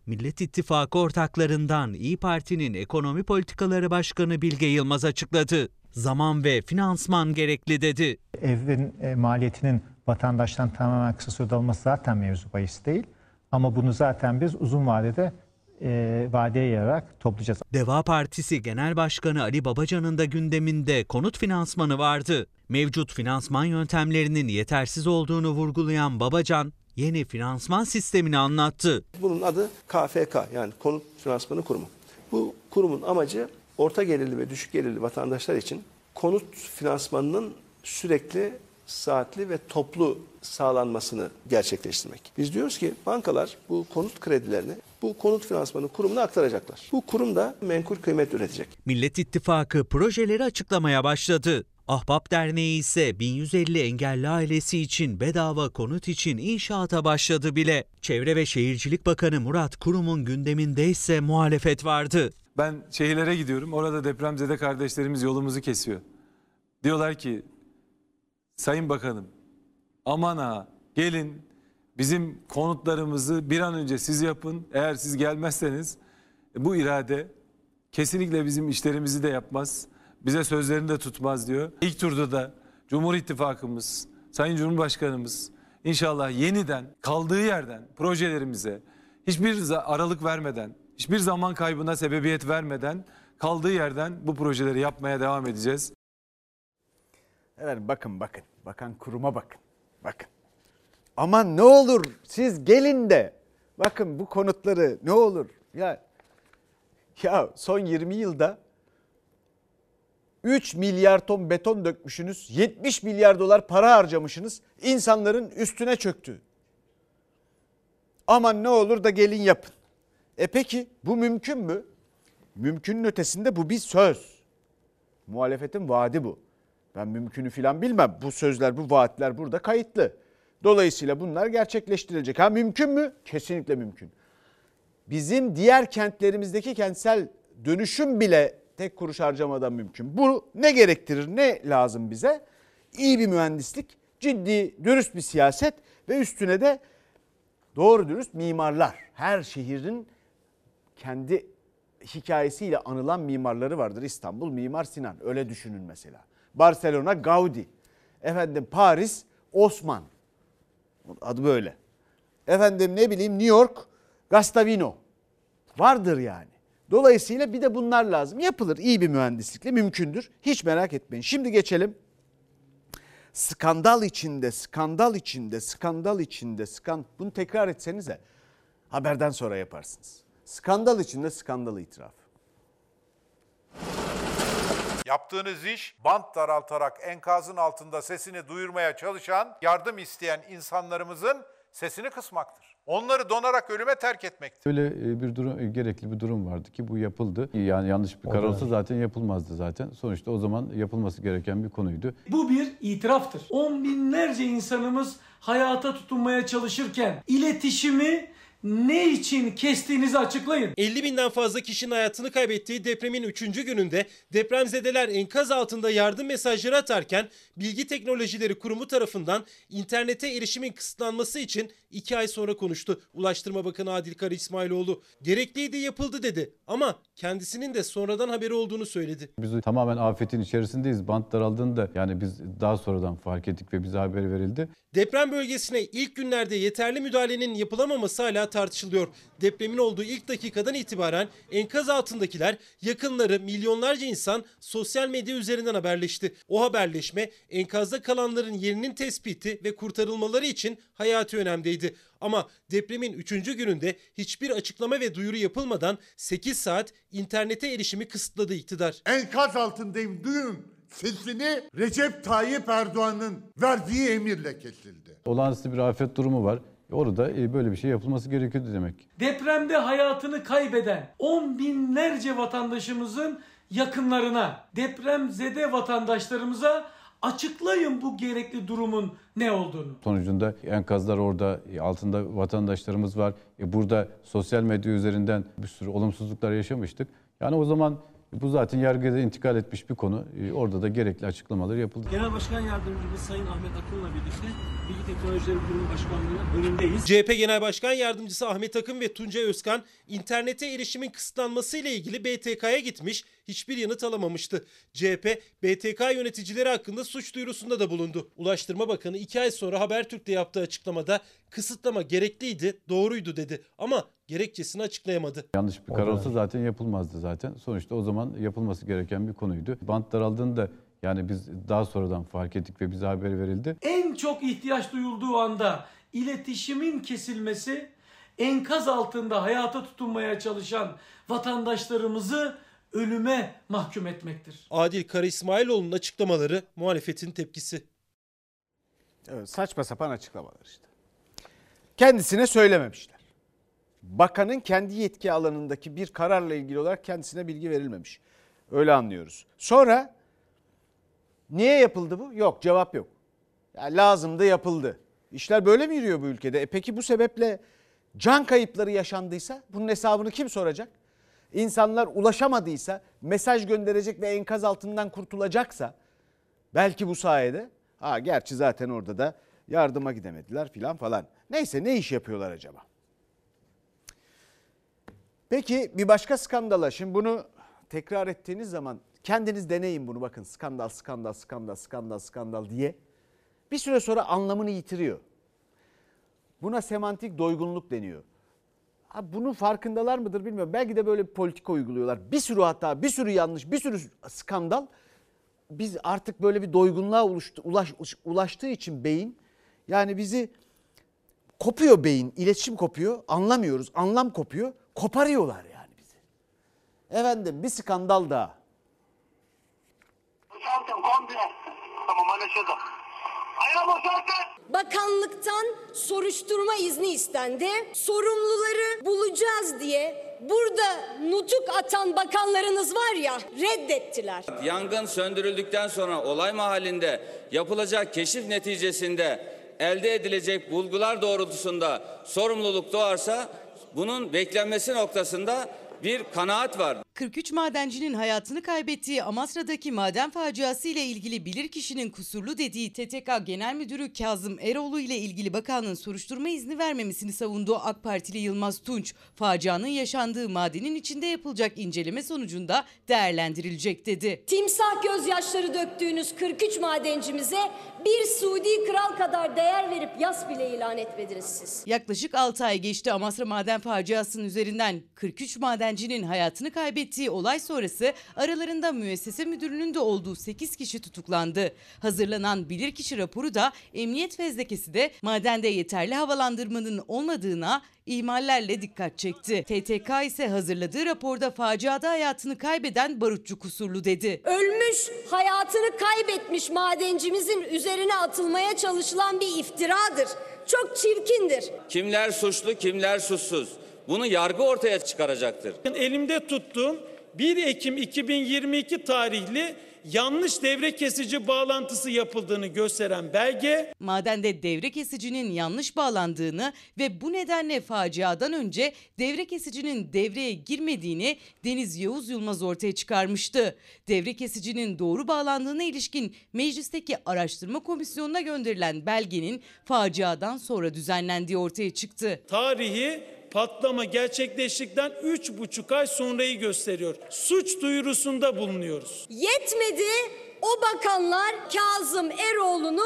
Millet İttifakı ortaklarından İYİ Parti'nin Ekonomi Politikaları Başkanı Bilge Yılmaz açıkladı. Zaman ve finansman gerekli dedi.
Evin e, maliyetinin vatandaştan tamamen kısa sürede alınması zaten mevzu bahis değil. Ama bunu zaten biz uzun vadede e, vadeye yayarak toplayacağız.
Deva Partisi Genel Başkanı Ali Babacan'ın da gündeminde konut finansmanı vardı. Mevcut finansman yöntemlerinin yetersiz olduğunu vurgulayan Babacan, yeni finansman sistemini anlattı.
Bunun adı K F K, yani Konut Finansmanı Kurumu. Bu kurumun amacı orta gelirli ve düşük gelirli vatandaşlar için konut finansmanının sürekli, saatli ve toplu sağlanmasını gerçekleştirmek. Biz diyoruz ki bankalar bu konut kredilerini bu konut finansmanı kurumuna aktaracaklar. Bu kurum da menkul kıymet üretecek.
Millet İttifakı projeleri açıklamaya başladı. Ahbap Derneği ise bin yüz elli engelli ailesi için bedava konut için inşaata başladı bile. Çevre ve Şehircilik Bakanı Murat Kurum'un gündeminde ise muhalefet vardı.
Ben şehirlere gidiyorum. Orada depremzede kardeşlerimiz yolumuzu kesiyor. Diyorlar ki, Sayın Bakanım, aman ha gelin bizim konutlarımızı bir an önce siz yapın. Eğer siz gelmezseniz bu irade kesinlikle bizim işlerimizi de yapmaz. Bize sözlerini de tutmaz diyor. İlk turda da Cumhur İttifakımız, Sayın Cumhurbaşkanımız inşallah yeniden kaldığı yerden projelerimize hiçbir aralık vermeden, hiçbir zaman kaybına sebebiyet vermeden kaldığı yerden bu projeleri yapmaya devam edeceğiz.
Evet, bakın bakın. Bakan kuruma bakın. Bakın. Aman ne olur siz gelin de bakın bu konutları ne olur. Ya, ya son yirmi yılda üç milyar ton beton dökmüşsünüz. yetmiş milyar dolar para harcamışsınız. İnsanların üstüne çöktü. Aman ne olur da gelin yapın. E peki bu mümkün mü? Mümkünün ötesinde bu bir söz. Muhalefetin vaadi bu. Ben mümkünü filan bilmem. Bu sözler, bu vaatler burada kayıtlı. Dolayısıyla bunlar gerçekleştirilecek. Ha mümkün mü? Kesinlikle mümkün. Bizim diğer kentlerimizdeki kentsel dönüşüm bile tek kuruş harcamadan mümkün. Bu ne gerektirir? Ne lazım bize? İyi bir mühendislik, ciddi, dürüst bir siyaset ve üstüne de doğru dürüst mimarlar. Her şehrin kendi hikayesiyle anılan mimarları vardır. İstanbul Mimar Sinan, öyle düşünün mesela. Barcelona Gaudi, efendim Paris Osman, adı böyle. Efendim ne bileyim New York Gustavino vardır yani. Dolayısıyla bir de bunlar lazım. Yapılır iyi bir mühendislikle, mümkündür. Hiç merak etmeyin. Şimdi geçelim. Skandal içinde, skandal içinde, skandal içinde, skandal. Bunu tekrar etsenize haberden sonra yaparsınız. Skandal içinde skandal itiraf.
Yaptığınız iş bant daraltarak enkazın altında sesini duyurmaya çalışan, yardım isteyen insanlarımızın sesini kısmaktır. Onları donarak ölüme terk etmektir.
Öyle bir durum, gerekli bir durum vardı ki bu yapıldı. Yani yanlış bir karar olsa zaten yapılmazdı zaten. Sonuçta o zaman yapılması gereken bir konuydu.
Bu bir itiraftır. On binlerce insanımız hayata tutunmaya çalışırken iletişimi ne için kestiğinizi açıklayın.
elli binden fazla kişinin hayatını kaybettiği depremin üçüncü gününde depremzedeler enkaz altında yardım mesajları atarken Bilgi Teknolojileri Kurumu tarafından internete erişimin kısıtlanması için iki ay sonra konuştu Ulaştırma Bakanı Adil Kara İsmailoğlu. Gerekliydi, yapıldı dedi ama kendisinin de sonradan haberi olduğunu söyledi.
Biz tamamen afetin içerisindeyiz. Bant daraldığında yani biz daha sonradan fark ettik ve bize haber verildi.
Deprem bölgesine ilk günlerde yeterli müdahalenin yapılamaması hala tartışılıyor. Depremin olduğu ilk dakikadan itibaren enkaz altındakiler, yakınları, milyonlarca insan sosyal medya üzerinden haberleşti. O haberleşme enkazda kalanların yerinin tespiti ve kurtarılmaları için hayati önemdeydi. Ama depremin üçüncü gününde hiçbir açıklama ve duyuru yapılmadan sekiz saat internete erişimi kısıtladı iktidar.
Enkaz altındayım duyun sesini Recep Tayyip Erdoğan'ın verdiği emirle kesildi.
Olağanüstü bir afet durumu var. Orada böyle bir şey yapılması gerekiyordu demek.
Depremde hayatını kaybeden on binlerce vatandaşımızın yakınlarına, depremzede vatandaşlarımıza açıklayın bu gerekli durumun ne olduğunu.
Sonucunda enkazlar orada, altında vatandaşlarımız var. Burada sosyal medya üzerinden bir sürü olumsuzluklar yaşamıştık. Yani o zaman Bu zaten yargıya da intikal etmiş bir konu. Orada da gerekli açıklamalar yapıldı.
Genel Başkan Yardımcımız Sayın Ahmet Akın'la birlikte Bilgi Teknolojileri Kurumu Başkanlığı'nın önündeyiz.
C H P Genel Başkan Yardımcısı Ahmet Akın ve Tuncay Özkan internete erişimin kısıtlanması ile ilgili B T K'ya gitmiş, hiçbir yanıt alamamıştı. C H P, B T K yöneticileri hakkında suç duyurusunda da bulundu. Ulaştırma Bakanı iki ay sonra Habertürk'te yaptığı açıklamada kısıtlama gerekliydi, doğruydu dedi ama gerekçesini açıklayamadı.
Yanlış bir karar olsa zaten yapılmazdı zaten. Sonuçta o zaman yapılması gereken bir konuydu. Bant daraldığında yani biz daha sonradan fark ettik ve bize haber verildi.
En çok ihtiyaç duyulduğu anda iletişimin kesilmesi, enkaz altında hayata tutunmaya çalışan vatandaşlarımızı ölüme mahkum etmektir.
Adil Kara İsmailoğlu'nun açıklamaları muhalefetin tepkisi.
Evet, saçma sapan açıklamalar işte. Kendisine söylememişler. Bakanın kendi yetki alanındaki bir kararla ilgili olarak kendisine bilgi verilmemiş. Öyle anlıyoruz. Sonra niye yapıldı bu? Yok, cevap yok. Yani lazımdı, yapıldı. İşler böyle mi yürüyor bu ülkede? E peki bu sebeple can kayıpları yaşandıysa bunun hesabını kim soracak? İnsanlar ulaşamadıysa, mesaj gönderecek ve enkaz altından kurtulacaksa belki bu sayede, ha gerçi zaten orada da yardıma gidemediler filan falan. Neyse, ne iş yapıyorlar acaba? Peki bir başka skandala, şimdi bunu tekrar ettiğiniz zaman kendiniz deneyin bunu, bakın skandal skandal skandal skandal skandal diye. Bir süre sonra anlamını yitiriyor. Buna semantik doygunluk deniyor. Ha, bunun farkındalar mıdır bilmiyorum. Belki de böyle bir politika uyguluyorlar. Bir sürü hata, bir sürü yanlış, bir sürü skandal. Biz artık böyle bir doygunluğa ulaştı, ulaş, ulaştığı için beyin, yani bizi kopuyor beyin, iletişim kopuyor, anlamıyoruz, anlam kopuyor, koparıyorlar yani bizi. Efendim bir skandal daha.
Tamam anlaşıldı. Bakanlıktan soruşturma izni istendi. Sorumluları bulacağız diye burada nutuk atan bakanlarınız var ya, reddettiler.
Yangın söndürüldükten sonra olay mahallinde yapılacak keşif neticesinde elde edilecek bulgular doğrultusunda sorumluluk doğarsa bunun beklenmesi noktasında bir kanaat var.
kırk üç madencinin hayatını kaybettiği Amasra'daki maden faciası ile ilgili bilirkişinin kusurlu dediği T T K Genel Müdürü Kazım Eroğlu ile ilgili bakanlığın soruşturma izni vermemesini savunduğu AK Partili Yılmaz Tunç, facianın yaşandığı madenin içinde yapılacak inceleme sonucunda değerlendirilecek dedi.
Timsah gözyaşları döktüğünüz kırk üç madencimize bir Suudi kral kadar değer verip yas bile ilan etmediniz siz.
Yaklaşık altı ay geçti Amasra maden faciasının üzerinden. kırk üç madencinin hayatını kaybettiği olay sonrası aralarında müessese müdürünün de olduğu sekiz kişi tutuklandı. Hazırlanan bilirkişi raporu da emniyet fezlekesi de madende yeterli havalandırmanın olmadığına, ihmallerle dikkat çekti. T T K ise hazırladığı raporda faciada hayatını kaybeden barutçu kusurlu dedi.
Ölmüş, hayatını kaybetmiş madencimizin üzerine atılmaya çalışılan bir iftiradır. Çok çirkindir.
Kimler suçlu, kimler suçsuz? Bunu yargı ortaya çıkaracaktır.
Elimde tuttuğum bir Ekim iki bin yirmi iki tarihli yanlış devre kesici bağlantısı yapıldığını gösteren belge.
Madende devre kesicinin yanlış bağlandığını ve bu nedenle faciadan önce devre kesicinin devreye girmediğini Deniz Yavuz Yılmaz ortaya çıkarmıştı. Devre kesicinin doğru bağlandığına ilişkin meclisteki araştırma komisyonuna gönderilen belgenin faciadan sonra düzenlendiği ortaya çıktı.
Tarihi patlama gerçekleştikten üç buçuk ay sonrayı gösteriyor. Suç duyurusunda bulunuyoruz.
Yetmedi, o bakanlar Kazım Eroğlu'nu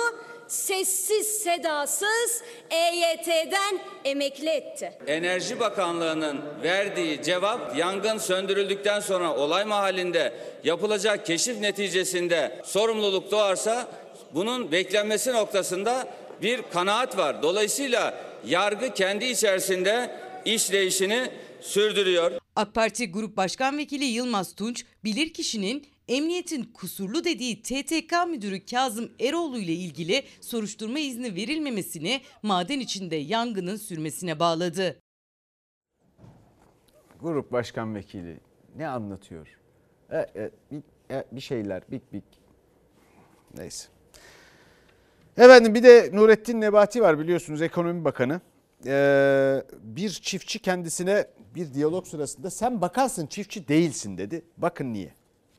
sessiz sedasız E Y T'den emekli etti.
Enerji Bakanlığı'nın verdiği cevap, yangın söndürüldükten sonra olay mahallinde yapılacak keşif neticesinde sorumluluk doğarsa bunun beklenmesi noktasında bir kanaat var. Dolayısıyla yargı kendi içerisinde işleyişini sürdürüyor.
AK Parti Grup Başkan Vekili Yılmaz Tunç, bilirkişinin emniyetin kusurlu dediği T T K Müdürü Kazım Eroğlu ile ilgili soruşturma izni verilmemesini maden içinde yangının sürmesine bağladı.
Grup Başkan Vekili ne anlatıyor? E, e, bir, e, bir şeyler, bik bik. Neyse. Efendim bir de Nurettin Nebati var, biliyorsunuz, Ekonomi Bakanı. Ee, bir çiftçi kendisine bir diyalog sırasında sen bakansın çiftçi değilsin dedi. Bakın niye.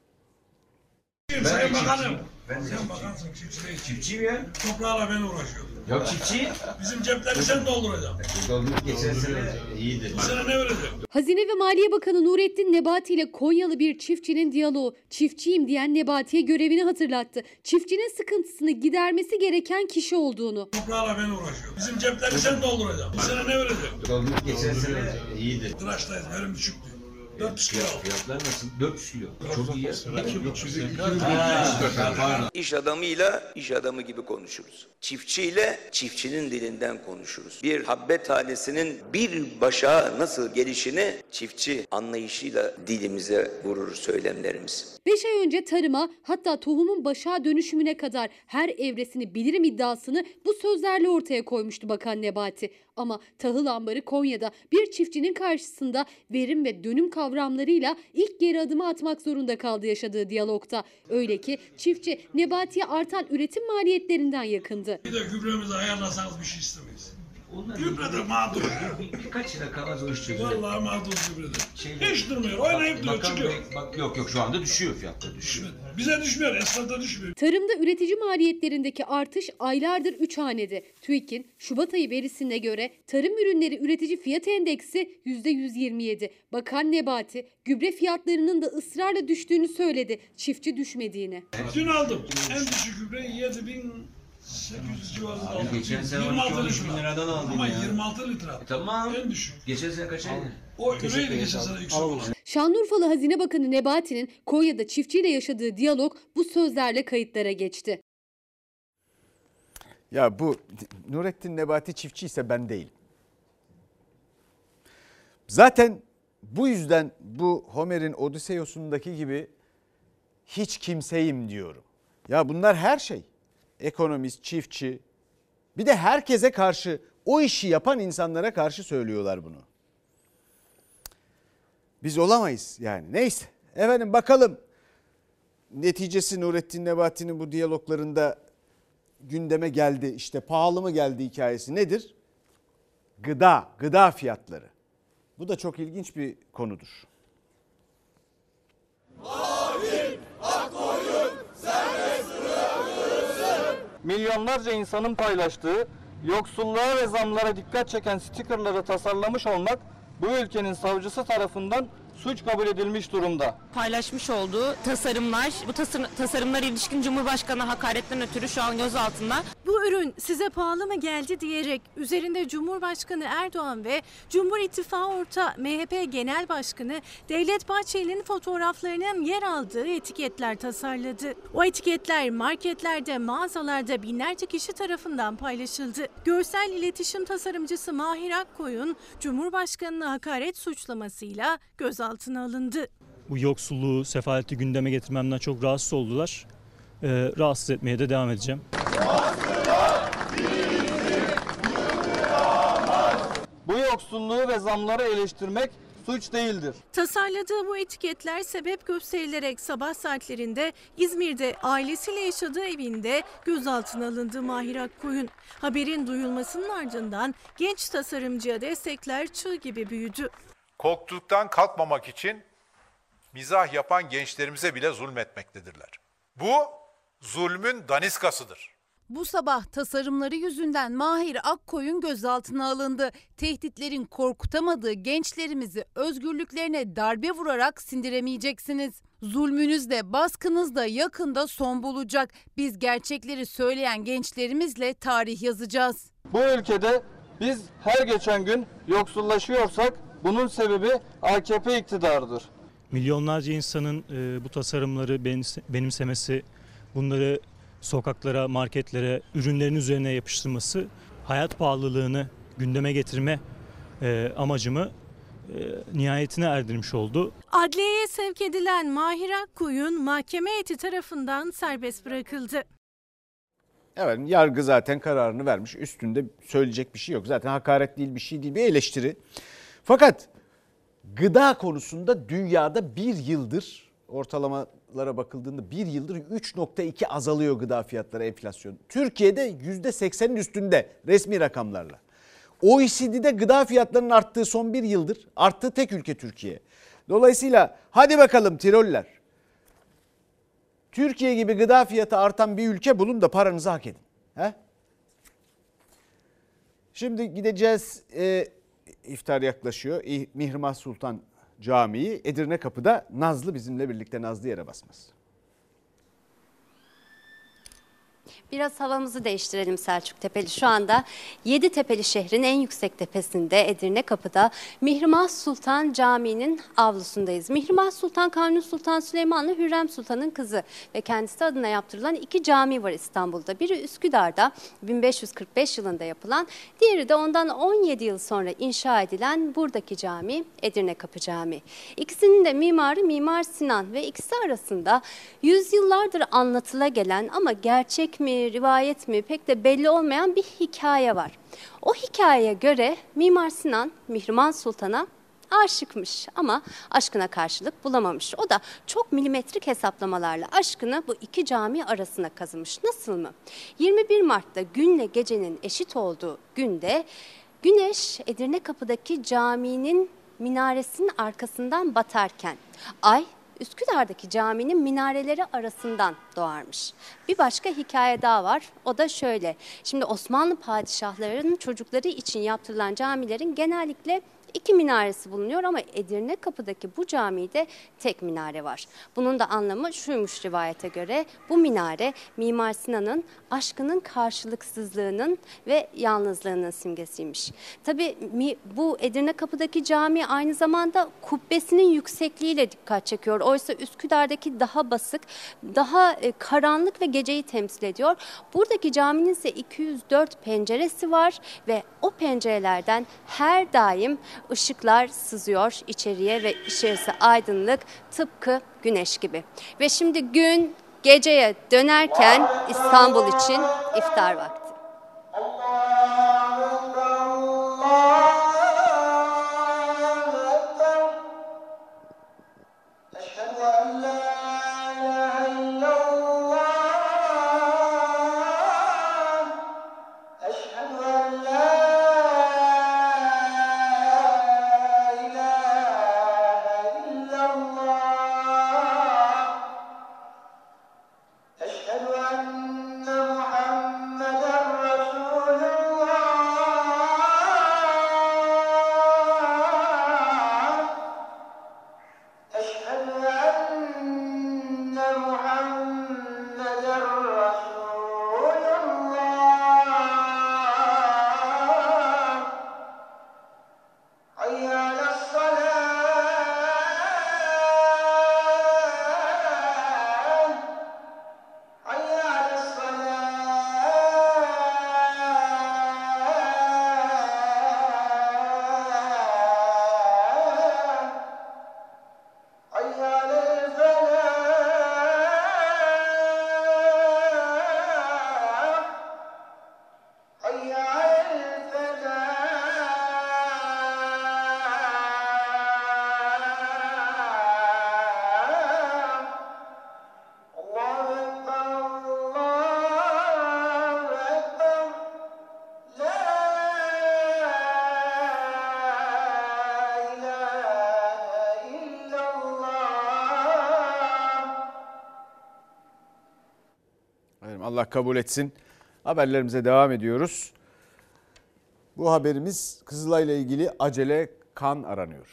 Sayın Bakanım, sen bakansın çiftçi değil. Çiftçiyim ya. Toprağla ben uğraşıyorum.
Yok çiftçi.
Bizim cepleri sen dolduracaksın.
Doldurduk geçen sene iyiydi.
Bu sene ne verecek?
Hazine ve Maliye Bakanı Nurettin Nebati ile Konyalı bir çiftçinin diyaloğu. Çiftçiyim diyen Nebati'ye görevini hatırlattı. Çiftçinin sıkıntısını gidermesi gereken kişi olduğunu.
Toprağla ben uğraşıyorum. Bizim cepleri sen dolduracaksın. Bu sene ne verecek?
Doldurduk geçen sene iyiydi.
Tıraştayız, verim düşüktü. dört yüz kilo.
Fiyatlar nasıl? dört yüz kilo. Çok iyi ya.
İş adamıyla iş adamı gibi konuşuruz. Çiftçiyle çiftçinin dilinden konuşuruz. Bir habbe tanesinin bir başa nasıl gelişini çiftçi anlayışıyla dilimize vurur söylemlerimiz.
beş ay önce tarıma, hatta tohumun başa dönüşümüne kadar her evresini bilirim iddiasını bu sözlerle ortaya koymuştu Bakan Nebati. Ama tahıl ambarı Konya'da bir çiftçinin karşısında verim ve dönüm kavramlarıyla ilk geri adımı atmak zorunda kaldı yaşadığı diyalogta. Öyle ki çiftçi Nebati'ye artan üretim maliyetlerinden yakındı.
Bir de gübremizi ayarlasanız bir şey istemeyiz. Gübre de mağdur.
Bir, birkaç yıla kalmaz o iş çözülür.
Vallahi mağdur gübre de. Hiç durmuyor. Oynayıp duruyor. Çıkıyor.
Bey, bak yok yok şu anda düşüyor fiyatlar düşüyor.
Bize düşmüyor. Esnafta düşmüyor.
Tarımda üretici maliyetlerindeki artış aylardır üç hanede. TÜİK'in Şubat ayı verisine göre tarım ürünleri üretici fiyat endeksi yüzde yüz yirmi yedi. Bakan Nebati gübre fiyatlarının da ısrarla düştüğünü söyledi. Çiftçi düşmediğini.
Dün aldım. En düşük gübreyi yedi bin sekiz yüz civarında aldım.
Geçen sene on iki on üç bin liradan aldın
Ama
ya.
yirmi altı litre.
E, tamam.
En düşük.
Geçen sene kaç aydı?
O öyleydi geçen sene yüksek olan.
Şanlıurfalı Hazine Bakanı Nebati'nin Konya'da çiftçiyle yaşadığı diyalog bu sözlerle kayıtlara geçti.
Ya bu Nurettin Nebati çiftçi ise ben değilim. Zaten bu yüzden bu Homer'in Odysseus'undaki gibi hiç kimseyim diyorum. Ya bunlar her şey. Ekonomist, çiftçi. Bir de herkese karşı, o işi yapan insanlara karşı söylüyorlar bunu. Biz olamayız yani. Neyse. Efendim bakalım. Neticesi Nurettin Nebati'nin bu diyaloglarında gündeme geldi. İşte pahalı mı geldi hikayesi nedir? Gıda, gıda fiyatları. Bu da çok ilginç bir konudur.
Mavi, ak oyun, serbest bırakılsın.
Milyonlarca insanın paylaştığı, yoksulluğa ve zamlara dikkat çeken stikerleri tasarlamış olmak bu ülkenin savcısı tarafından suç kabul edilmiş durumda.
Paylaşmış olduğu tasarımlar, bu tasar- tasarımlara ilişkin Cumhurbaşkanı hakaretten ötürü şu an gözaltında.
Bu ürün size pahalı mı geldi diyerek üzerinde Cumhurbaşkanı Erdoğan ve Cumhur İttifakı orta M H P Genel Başkanı Devlet Bahçeli'nin fotoğraflarının yer aldığı etiketler tasarladı. O etiketler marketlerde, mağazalarda binlerce kişi tarafından paylaşıldı. Görsel iletişim tasarımcısı Mahir Akkoyun, Cumhurbaşkanı'na hakaret suçlamasıyla gözaltına alındı.
Bu yoksulluğu, sefaleti gündeme getirmemden çok rahatsız oldular. Ee, rahatsız etmeye de devam edeceğim.
Bu yoksulluğu ve zamları eleştirmek suç değildir.
Tasarladığı bu etiketler sebep gösterilerek sabah saatlerinde İzmir'de ailesiyle yaşadığı evinde gözaltına alındı Mahir Akkoyun. Haberin duyulmasının ardından genç tasarımcıya destekler çığ gibi büyüdü.
Koltuktan kalkmamak için mizah yapan gençlerimize bile zulmetmektedirler. Bu zulmün daniskasıdır.
Bu sabah tasarımları yüzünden Mahir Akkoyun gözaltına alındı. Tehditlerin korkutamadığı gençlerimizi özgürlüklerine darbe vurarak sindiremeyeceksiniz. Zulmünüz de baskınız da yakında son bulacak. Biz gerçekleri söyleyen gençlerimizle tarih yazacağız.
Bu ülkede biz her geçen gün yoksullaşıyorsak bunun sebebi A K P iktidarıdır.
Milyonlarca insanın e, bu tasarımları benimsemesi, bunları sokaklara, marketlere, ürünlerin üzerine yapıştırması, hayat pahalılığını gündeme getirme e, amacımı e, nihayetine erdirmiş oldu.
Adliyeye sevk edilen Mahir Akkoyun mahkeme heyeti tarafından serbest bırakıldı.
Evet, yargı zaten kararını vermiş. Üstünde söyleyecek bir şey yok. Zaten hakaret değil, bir şey değil, bir eleştiri. Fakat gıda konusunda dünyada bir yıldır, ortalamalara bakıldığında bir yıldır üç nokta iki azalıyor gıda fiyatları, enflasyon. Türkiye'de yüzde seksenin üstünde resmi rakamlarla. O E C D'de gıda fiyatlarının arttığı son bir yıldır arttığı tek ülke Türkiye. Dolayısıyla hadi bakalım Tiroller. Türkiye gibi gıda fiyatı artan bir ülke bulun da paranızı hak edin. He? Şimdi gideceğiz, e, iftar yaklaşıyor. Mihrimah Sultan Camii Edirne Kapı'da. Nazlı bizimle birlikte, Nazlı yere basmaz.
Biraz havamızı değiştirelim Selçuk Tepeli. Şu anda Yeditepe'li şehrin en yüksek tepesinde Edirne Kapı'da Mihrimah Sultan Camii'nin avlusundayız. Mihrimah Sultan Kanuni Sultan Süleyman'la Hürrem Sultan'ın kızı ve kendisi adına yaptırılan iki cami var İstanbul'da. Biri Üsküdar'da bin beş yüz kırk beş yılında yapılan, diğeri de ondan on yedi yıl sonra inşa edilen buradaki cami Edirne Kapı Camii. İkisinin de mimarı Mimar Sinan ve ikisi arasında yüzyıllardır anlatıla gelen ama gerçek mi, rivayet mi pek de belli olmayan bir hikaye var. O hikayeye göre Mimar Sinan Mihrimah Sultan'a aşıkmış ama aşkına karşılık bulamamış. O da çok milimetrik hesaplamalarla aşkını bu iki cami arasına kazımış. Nasıl mı? yirmi bir Mart'ta günle gecenin eşit olduğu günde güneş Edirne Kapı'daki caminin minaresinin arkasından batarken ay Üsküdar'daki caminin minareleri arasından doğarmış. Bir başka hikaye daha var. O da şöyle. Şimdi Osmanlı padişahlarının çocukları için yaptırılan camilerin genellikle iki minaresi bulunuyor ama Edirne Kapı'daki bu camide tek minare var. Bunun da anlamı şuymuş rivayete göre: bu minare Mimar Sinan'ın aşkının karşılıksızlığının ve yalnızlığının simgesiymiş. Tabii bu Edirne Kapı'daki cami aynı zamanda kubbesinin yüksekliğiyle dikkat çekiyor. Oysa Üsküdar'daki daha basık, daha karanlık ve geceyi temsil ediyor. Buradaki caminin ise iki yüz dört penceresi var ve o pencerelerden her daim ışıklar sızıyor içeriye ve içerisi aydınlık, tıpkı güneş gibi. Ve şimdi gün geceye dönerken İstanbul için iftar vakti.
Allah kabul etsin. Haberlerimize devam ediyoruz. Bu haberimiz Kızılay'la ilgili acele kan aranıyor.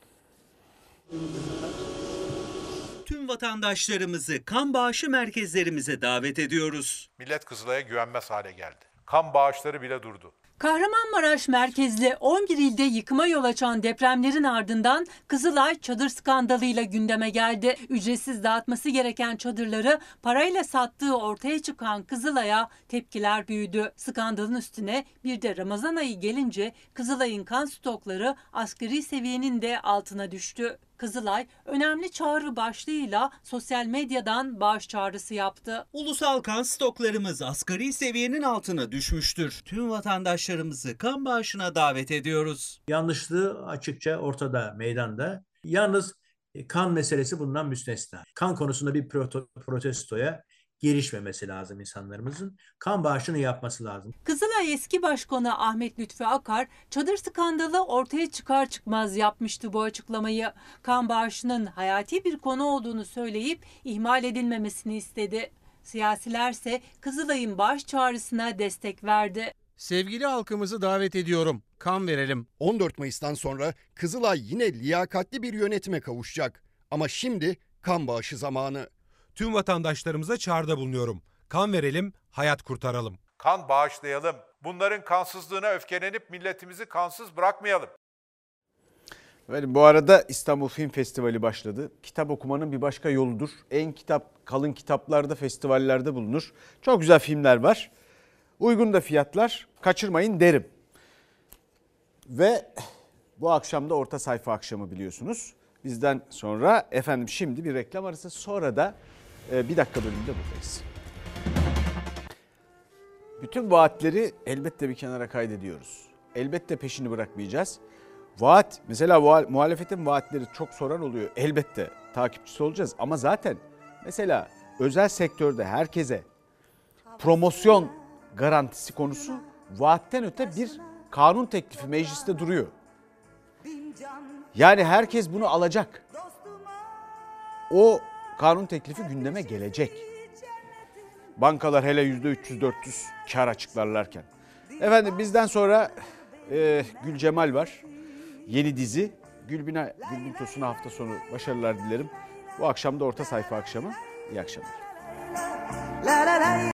Tüm vatandaşlarımızı kan bağışı merkezlerimize davet ediyoruz.
Millet Kızılay'a güvenmez hale geldi. Kan bağışları bile durdu.
Kahramanmaraş merkezli on bir ilde yıkıma yol açan depremlerin ardından Kızılay çadır skandalıyla gündeme geldi. Ücretsiz dağıtması gereken çadırları parayla sattığı ortaya çıkan Kızılay'a tepkiler büyüdü. Skandalın üstüne bir de Ramazan ayı gelince Kızılay'ın kan stokları asgari seviyenin de altına düştü. Kızılay önemli çağrı başlığıyla sosyal medyadan bağış çağrısı yaptı.
Ulusal kan stoklarımız asgari seviyenin altına düşmüştür. Tüm vatandaşlarımızı kan bağışına davet ediyoruz.
Yanlışlığı açıkça ortada, meydanda. Yalnız kan meselesi bundan müstesna. Kan konusunda bir protestoya girişmemesi lazım insanlarımızın. Kan bağışını yapması lazım.
Kızılay eski başkanı Ahmet Lütfi Akar, çadır skandalı ortaya çıkar çıkmaz yapmıştı bu açıklamayı. Kan bağışının hayati bir konu olduğunu söyleyip ihmal edilmemesini istedi. Siyasilerse Kızılay'ın bağış çağrısına destek verdi.
Sevgili halkımızı davet ediyorum. Kan verelim.
on dört Mayıs'tan sonra Kızılay yine liyakatli bir yönetime kavuşacak. Ama şimdi kan bağışı zamanı.
Tüm vatandaşlarımıza çağrıda bulunuyorum. Kan verelim, hayat kurtaralım.
Kan bağışlayalım. Bunların kansızlığına öfkelenip milletimizi kansız bırakmayalım.
Efendim, bu arada İstanbul Film Festivali başladı. Kitap okumanın bir başka yoludur. En kitap kalın kitaplarda, festivallerde bulunur. Çok güzel filmler var. Uygun da fiyatlar, kaçırmayın derim. Ve bu akşam da orta sayfa akşamı biliyorsunuz. Bizden sonra efendim şimdi bir reklam arası, sonra da bir dakika bölümünde buradayız. Bütün vaatleri elbette bir kenara kaydediyoruz. Elbette peşini bırakmayacağız. Vaat, mesela muhalefetin vaatleri çok soran oluyor. Elbette takipçisi olacağız ama zaten mesela özel sektörde herkese promosyon garantisi konusu vaatten öte bir kanun teklifi mecliste duruyor. Yani herkes bunu alacak. O kanun teklifi gündeme gelecek. Bankalar hele yüzde üç yüz dört yüz kar açıklarlarken. Efendim bizden sonra e, Gül Cemal var. Yeni dizi. Gülbin, Gülbin Tosun'a hafta sonu başarılar dilerim. Bu akşam da orta sayfa akşamı. İyi akşamlar.